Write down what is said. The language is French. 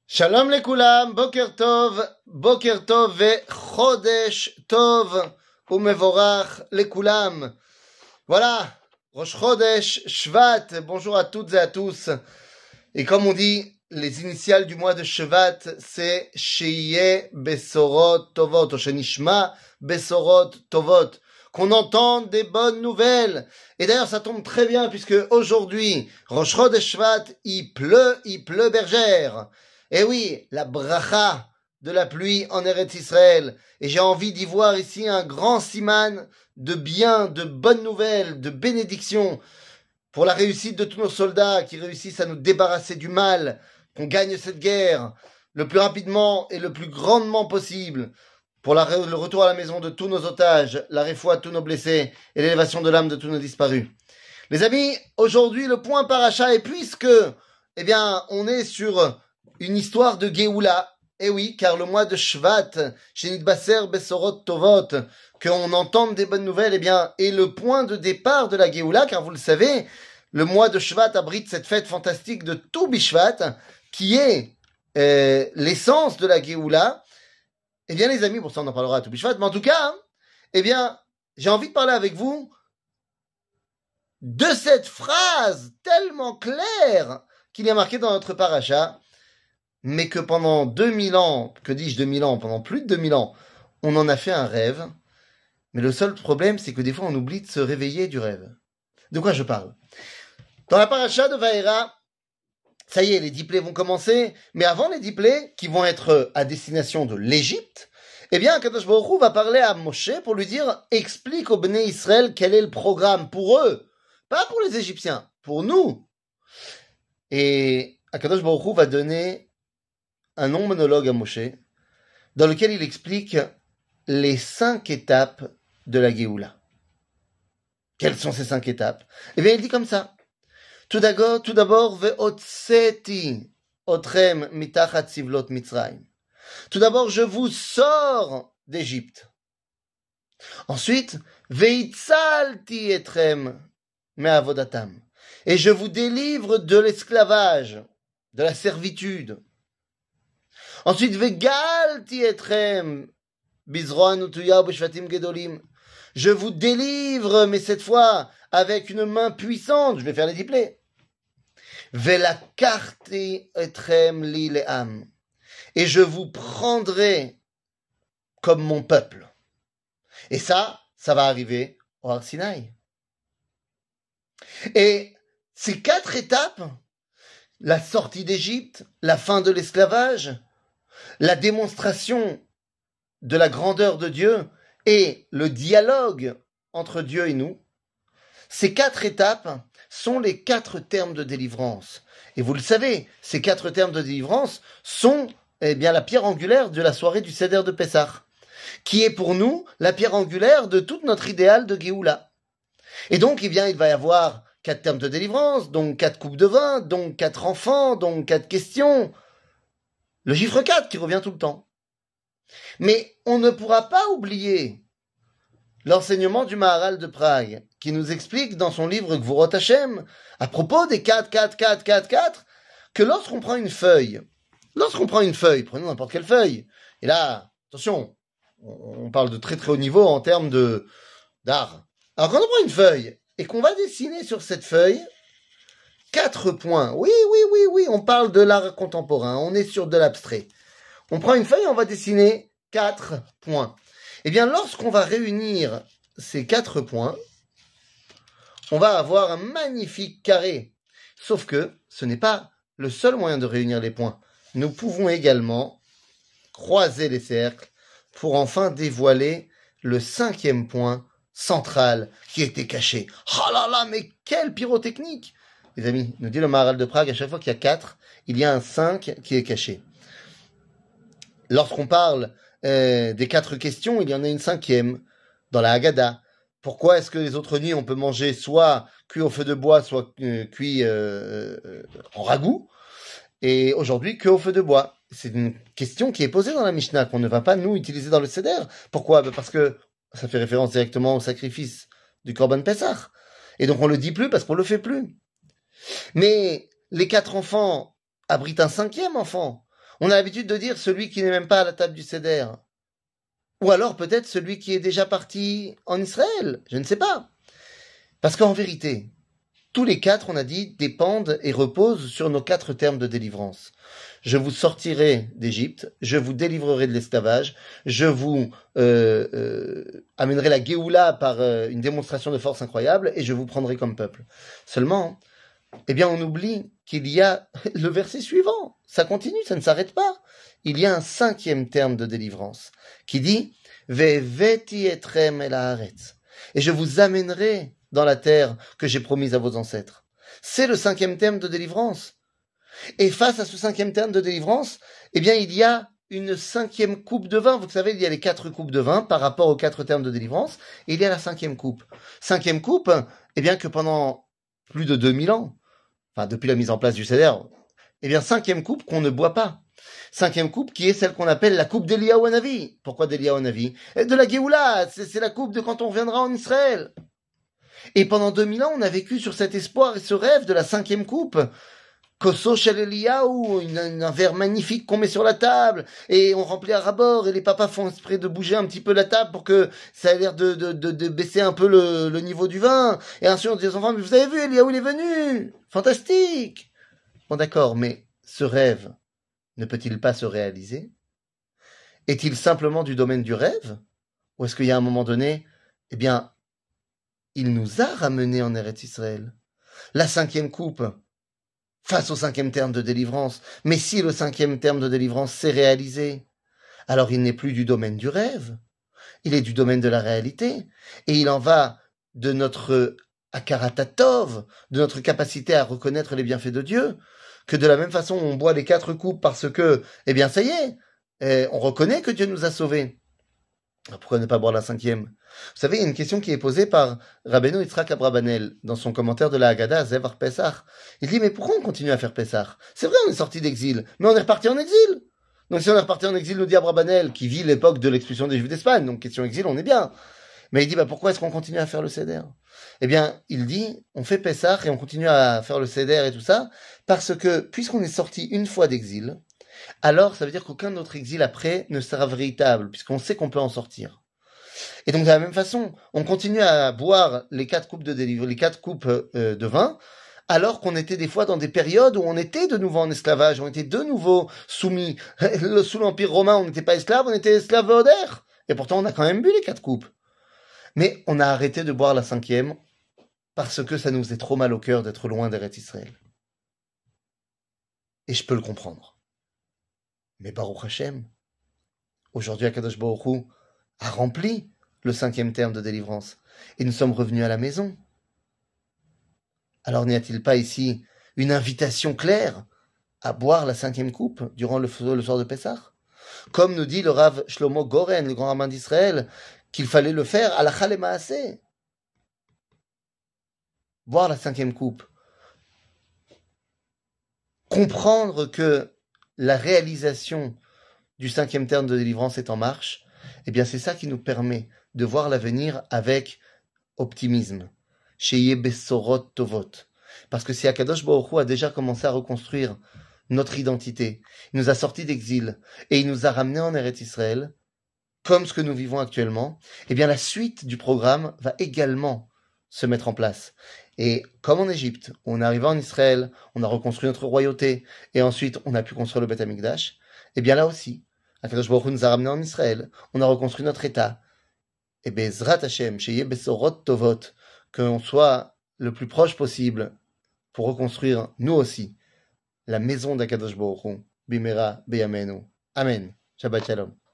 Shalom lekulam, boker tov ve chodesh tov umevorach lekulam. Voilà, Rosh Chodesh, Shvat, bonjour à toutes et à tous. Et comme on dit, les initiales du mois de Shvat, c'est Sheyeh Besorot Tovot, ou Shenishma Besorot Tovot, qu'on entende des bonnes nouvelles. Et d'ailleurs, ça tombe très bien, puisque aujourd'hui, Rosh Chodesh Shvat, il pleut bergère. Et oui, la bracha de la pluie en Eretz Israël. Et j'ai envie d'y voir ici un grand siman de bien, de bonnes nouvelles, de bénédictions pour la réussite de tous nos soldats qui réussissent à nous débarrasser du mal, qu'on gagne cette guerre le plus rapidement et le plus grandement possible, pour le retour à la maison de tous nos otages, la réfoua de tous nos blessés et l'élévation de l'âme de tous nos disparus. Les amis, aujourd'hui le point paracha, et puisque, on est sur une histoire de Géoula. Eh oui, car le mois de Shvat, chez Nidbaser Besorot Tovot, qu'on entende des bonnes nouvelles, est le point de départ de la Géoula, car vous le savez, le mois de Shvat abrite cette fête fantastique de tout Bishvat, qui est l'essence de la Géoula. Eh bien, les amis, pour ça on en parlera à tout Bishvat, mais en tout cas, j'ai envie de parler avec vous de cette phrase tellement claire qu'il y a marquée dans notre paracha, mais que pendant 2000 ans, que dis-je 2000 ans, pendant plus de 2000 ans, on en a fait un rêve. Mais le seul problème, c'est que des fois, on oublie de se réveiller du rêve. De quoi je parle? Dans la paracha de Vaïra, ça y est, les 10 plaies vont commencer, mais avant les 10 plaies, qui vont être à destination de l'Égypte, Kadosh Baruch Hu va parler à Moshe pour lui dire, explique au Bnei Israël quel est le programme pour eux, pas pour les Égyptiens, pour nous. Et Kadosh Baruch Hu va donner un long monologue à Moshe, dans lequel il explique les 5 étapes de la Géoula. Quelles sont ces 5 étapes? Il dit comme ça. Tout d'abord, ve'otseti otrem mitachat sivlot Mitzrayim. Tout d'abord, je vous sors d'Égypte. Ensuite, ve'itzalti etrem me'avodatam. Et je vous délivre de l'esclavage, de la servitude. Ensuite, vegalti etrem bizroan utuya b'shvatim gedolim. Je vous délivre, mais cette fois avec une main puissante. Je vais faire les 10 plaies. Velakarti etrem li le'am. Et je vous prendrai comme mon peuple. Et ça va arriver au Har Sinaï. Et ces 4 étapes, la sortie d'Égypte, la fin de l'esclavage, la démonstration de la grandeur de Dieu et le dialogue entre Dieu et nous, ces 4 étapes sont les 4 termes de délivrance. Et vous le savez, ces 4 termes de délivrance sont la pierre angulaire de la soirée du Seder de Pessah, qui est pour nous la pierre angulaire de tout notre idéal de Géoula. Et donc, il va y avoir 4 termes de délivrance, donc 4 coupes de vin, donc 4 enfants, donc 4 questions. Le chiffre 4 qui revient tout le temps. Mais on ne pourra pas oublier l'enseignement du Maharal de Prague, qui nous explique dans son livre Gvurot Hashem, à propos des 4, que lorsqu'on prend une feuille, prenons n'importe quelle feuille, et là, attention, on parle de très très haut niveau en termes d'art. Alors quand on prend une feuille, et qu'on va dessiner sur cette feuille 4 points, oui, on parle de l'art contemporain, on est sur de l'abstrait. On prend une feuille et on va dessiner 4 points. Lorsqu'on va réunir ces 4 points, on va avoir un magnifique carré. Sauf que ce n'est pas le seul moyen de réunir les points. Nous pouvons également croiser les cercles pour enfin dévoiler le 5e point central qui était caché. Oh là là, mais quelle pyrotechnique! Les amis, nous dit le Maharal de Prague, à chaque fois qu'il y a 4, il y a un 5 qui est caché. Lorsqu'on parle des 4 questions, il y en a une 5e dans la Haggadah. Pourquoi est-ce que les autres nuits, on peut manger soit cuit au feu de bois, soit cuit en ragoût, et aujourd'hui, que au feu de bois? C'est une question qui est posée dans la Mishnah, qu'on ne va pas, nous, utiliser dans le Seder. Pourquoi? Parce que ça fait référence directement au sacrifice du Korban Pessah. Et donc on le dit plus parce qu'on le fait plus. Mais les 4 enfants abritent un 5e enfant. On a l'habitude de dire celui qui n'est même pas à la table du Seder. Ou alors peut-être celui qui est déjà parti en Israël. Je ne sais pas. Parce qu'en vérité, tous les quatre, on a dit, dépendent et reposent sur nos quatre termes de délivrance. Je vous sortirai d'Égypte, je vous délivrerai de l'esclavage, je vous amènerai la Géoula par une démonstration de force incroyable et je vous prendrai comme peuple. Seulement, eh bien, on oublie qu'il y a le verset suivant. Ça continue, ça ne s'arrête pas. Il y a un cinquième terme de délivrance qui dit Ve'veti etrem el haaretz. Et je vous amènerai dans la terre que j'ai promise à vos ancêtres. C'est le cinquième terme de délivrance. Et face à ce cinquième terme de délivrance, eh bien, il y a une cinquième coupe de vin. Vous savez, il y a les 4 coupes de vin par rapport aux 4 termes de délivrance. Et il y a la cinquième coupe. Cinquième coupe, eh bien, que pendant plus de 2000 ans, enfin, depuis la mise en place du Seder, eh bien, cinquième coupe qu'on ne boit pas. Cinquième coupe qui est celle qu'on appelle la coupe d'Eliyahu Hanavi. Pourquoi d'Eliyahu Hanavi? De la Géoula, c'est la coupe de quand on reviendra en Israël. Et pendant 2000 ans, on a vécu sur cet espoir et ce rêve de la cinquième coupe. Koso shel Eliyahu, un verre magnifique qu'on met sur la table, et on remplit à rabord, et les papas font exprès de bouger un petit peu la table pour que ça ait l'air de baisser un peu le niveau du vin. Et ensuite on dit aux enfants, mais vous avez vu, Eliyahu, il est venu! Fantastique! Bon d'accord, mais ce rêve ne peut-il pas se réaliser? Est-il simplement du domaine du rêve? Ou est-ce qu'il y a un moment donné, eh bien, il nous a ramenés en Eretz Israël? La cinquième coupe, face au cinquième terme de délivrance. Mais si le cinquième terme de délivrance s'est réalisé, alors il n'est plus du domaine du rêve. Il est du domaine de la réalité. Et il en va de notre akaratatov, de notre capacité à reconnaître les bienfaits de Dieu, que de la même façon on boit les 4 coupes parce que, eh bien ça y est, on reconnaît que Dieu nous a sauvés. Alors pourquoi ne pas boire la cinquième? Vous savez, il y a une question qui est posée par Rabbeinu Yitzhak Abrabanel dans son commentaire de la Haggadah Zevar Pessah. Il dit, mais pourquoi on continue à faire Pessah? C'est vrai, on est sorti d'exil, mais on est reparti en exil. Donc si on est reparti en exil, nous dit Abrabanel, qui vit l'époque de l'expulsion des Juifs d'Espagne, donc question exil, on est bien. Mais il dit, pourquoi est-ce qu'on continue à faire le Seder? Eh bien, il dit, on fait Pessah et on continue à faire le Seder et tout ça, parce que, puisqu'on est sorti une fois d'exil, alors ça veut dire qu'aucun autre exil après ne sera véritable, puisqu'on sait qu'on peut en sortir. Et donc de la même façon, on continue à boire les 4 coupes les 4 coupes de vin, alors qu'on était des fois dans des périodes où on était de nouveau en esclavage, on était de nouveau soumis. Sous l'Empire romain, on n'était pas esclave, on était esclave odeur. Et pourtant, on a quand même bu les 4 coupes. Mais on a arrêté de boire la cinquième parce que ça nous faisait trop mal au cœur d'être loin d'Eretz Israël. Et je peux le comprendre. Mais Baruch Hashem, aujourd'hui Akadosh Baruch Hu a rempli le cinquième terme de délivrance. Et nous sommes revenus à la maison. Alors n'y a-t-il pas ici une invitation claire à boire la cinquième coupe durant le soir de Pessah? Comme nous dit le Rav Shlomo Goren, le grand rabbin d'Israël, qu'il fallait le faire à la Halakha Lema'aseh. Boire la cinquième coupe. Comprendre que la réalisation du cinquième terme de délivrance est en marche, eh bien c'est ça qui nous permet de voir l'avenir avec optimisme. Sheyeh Besorot Tovot. Parce que si Akadosh Baruch Hu a déjà commencé à reconstruire notre identité, il nous a sortis d'exil et il nous a ramenés en Eretz Israël, comme ce que nous vivons actuellement, eh bien la suite du programme va également se mettre en place. Et comme en Égypte, on est arrivé en Israël, on a reconstruit notre royauté, et ensuite on a pu construire le Beth Amikdash, eh bien là aussi, Akadosh Baruch Hu nous a ramenés en Israël, on a reconstruit notre État, et Bezrat Hashem, Sheyeh Besorot Tovot, qu'on soit le plus proche possible pour reconstruire, nous aussi, la maison d'Akadosh Baruch Hu, Bimera Beyamenu. Amen. Shabbat Shalom.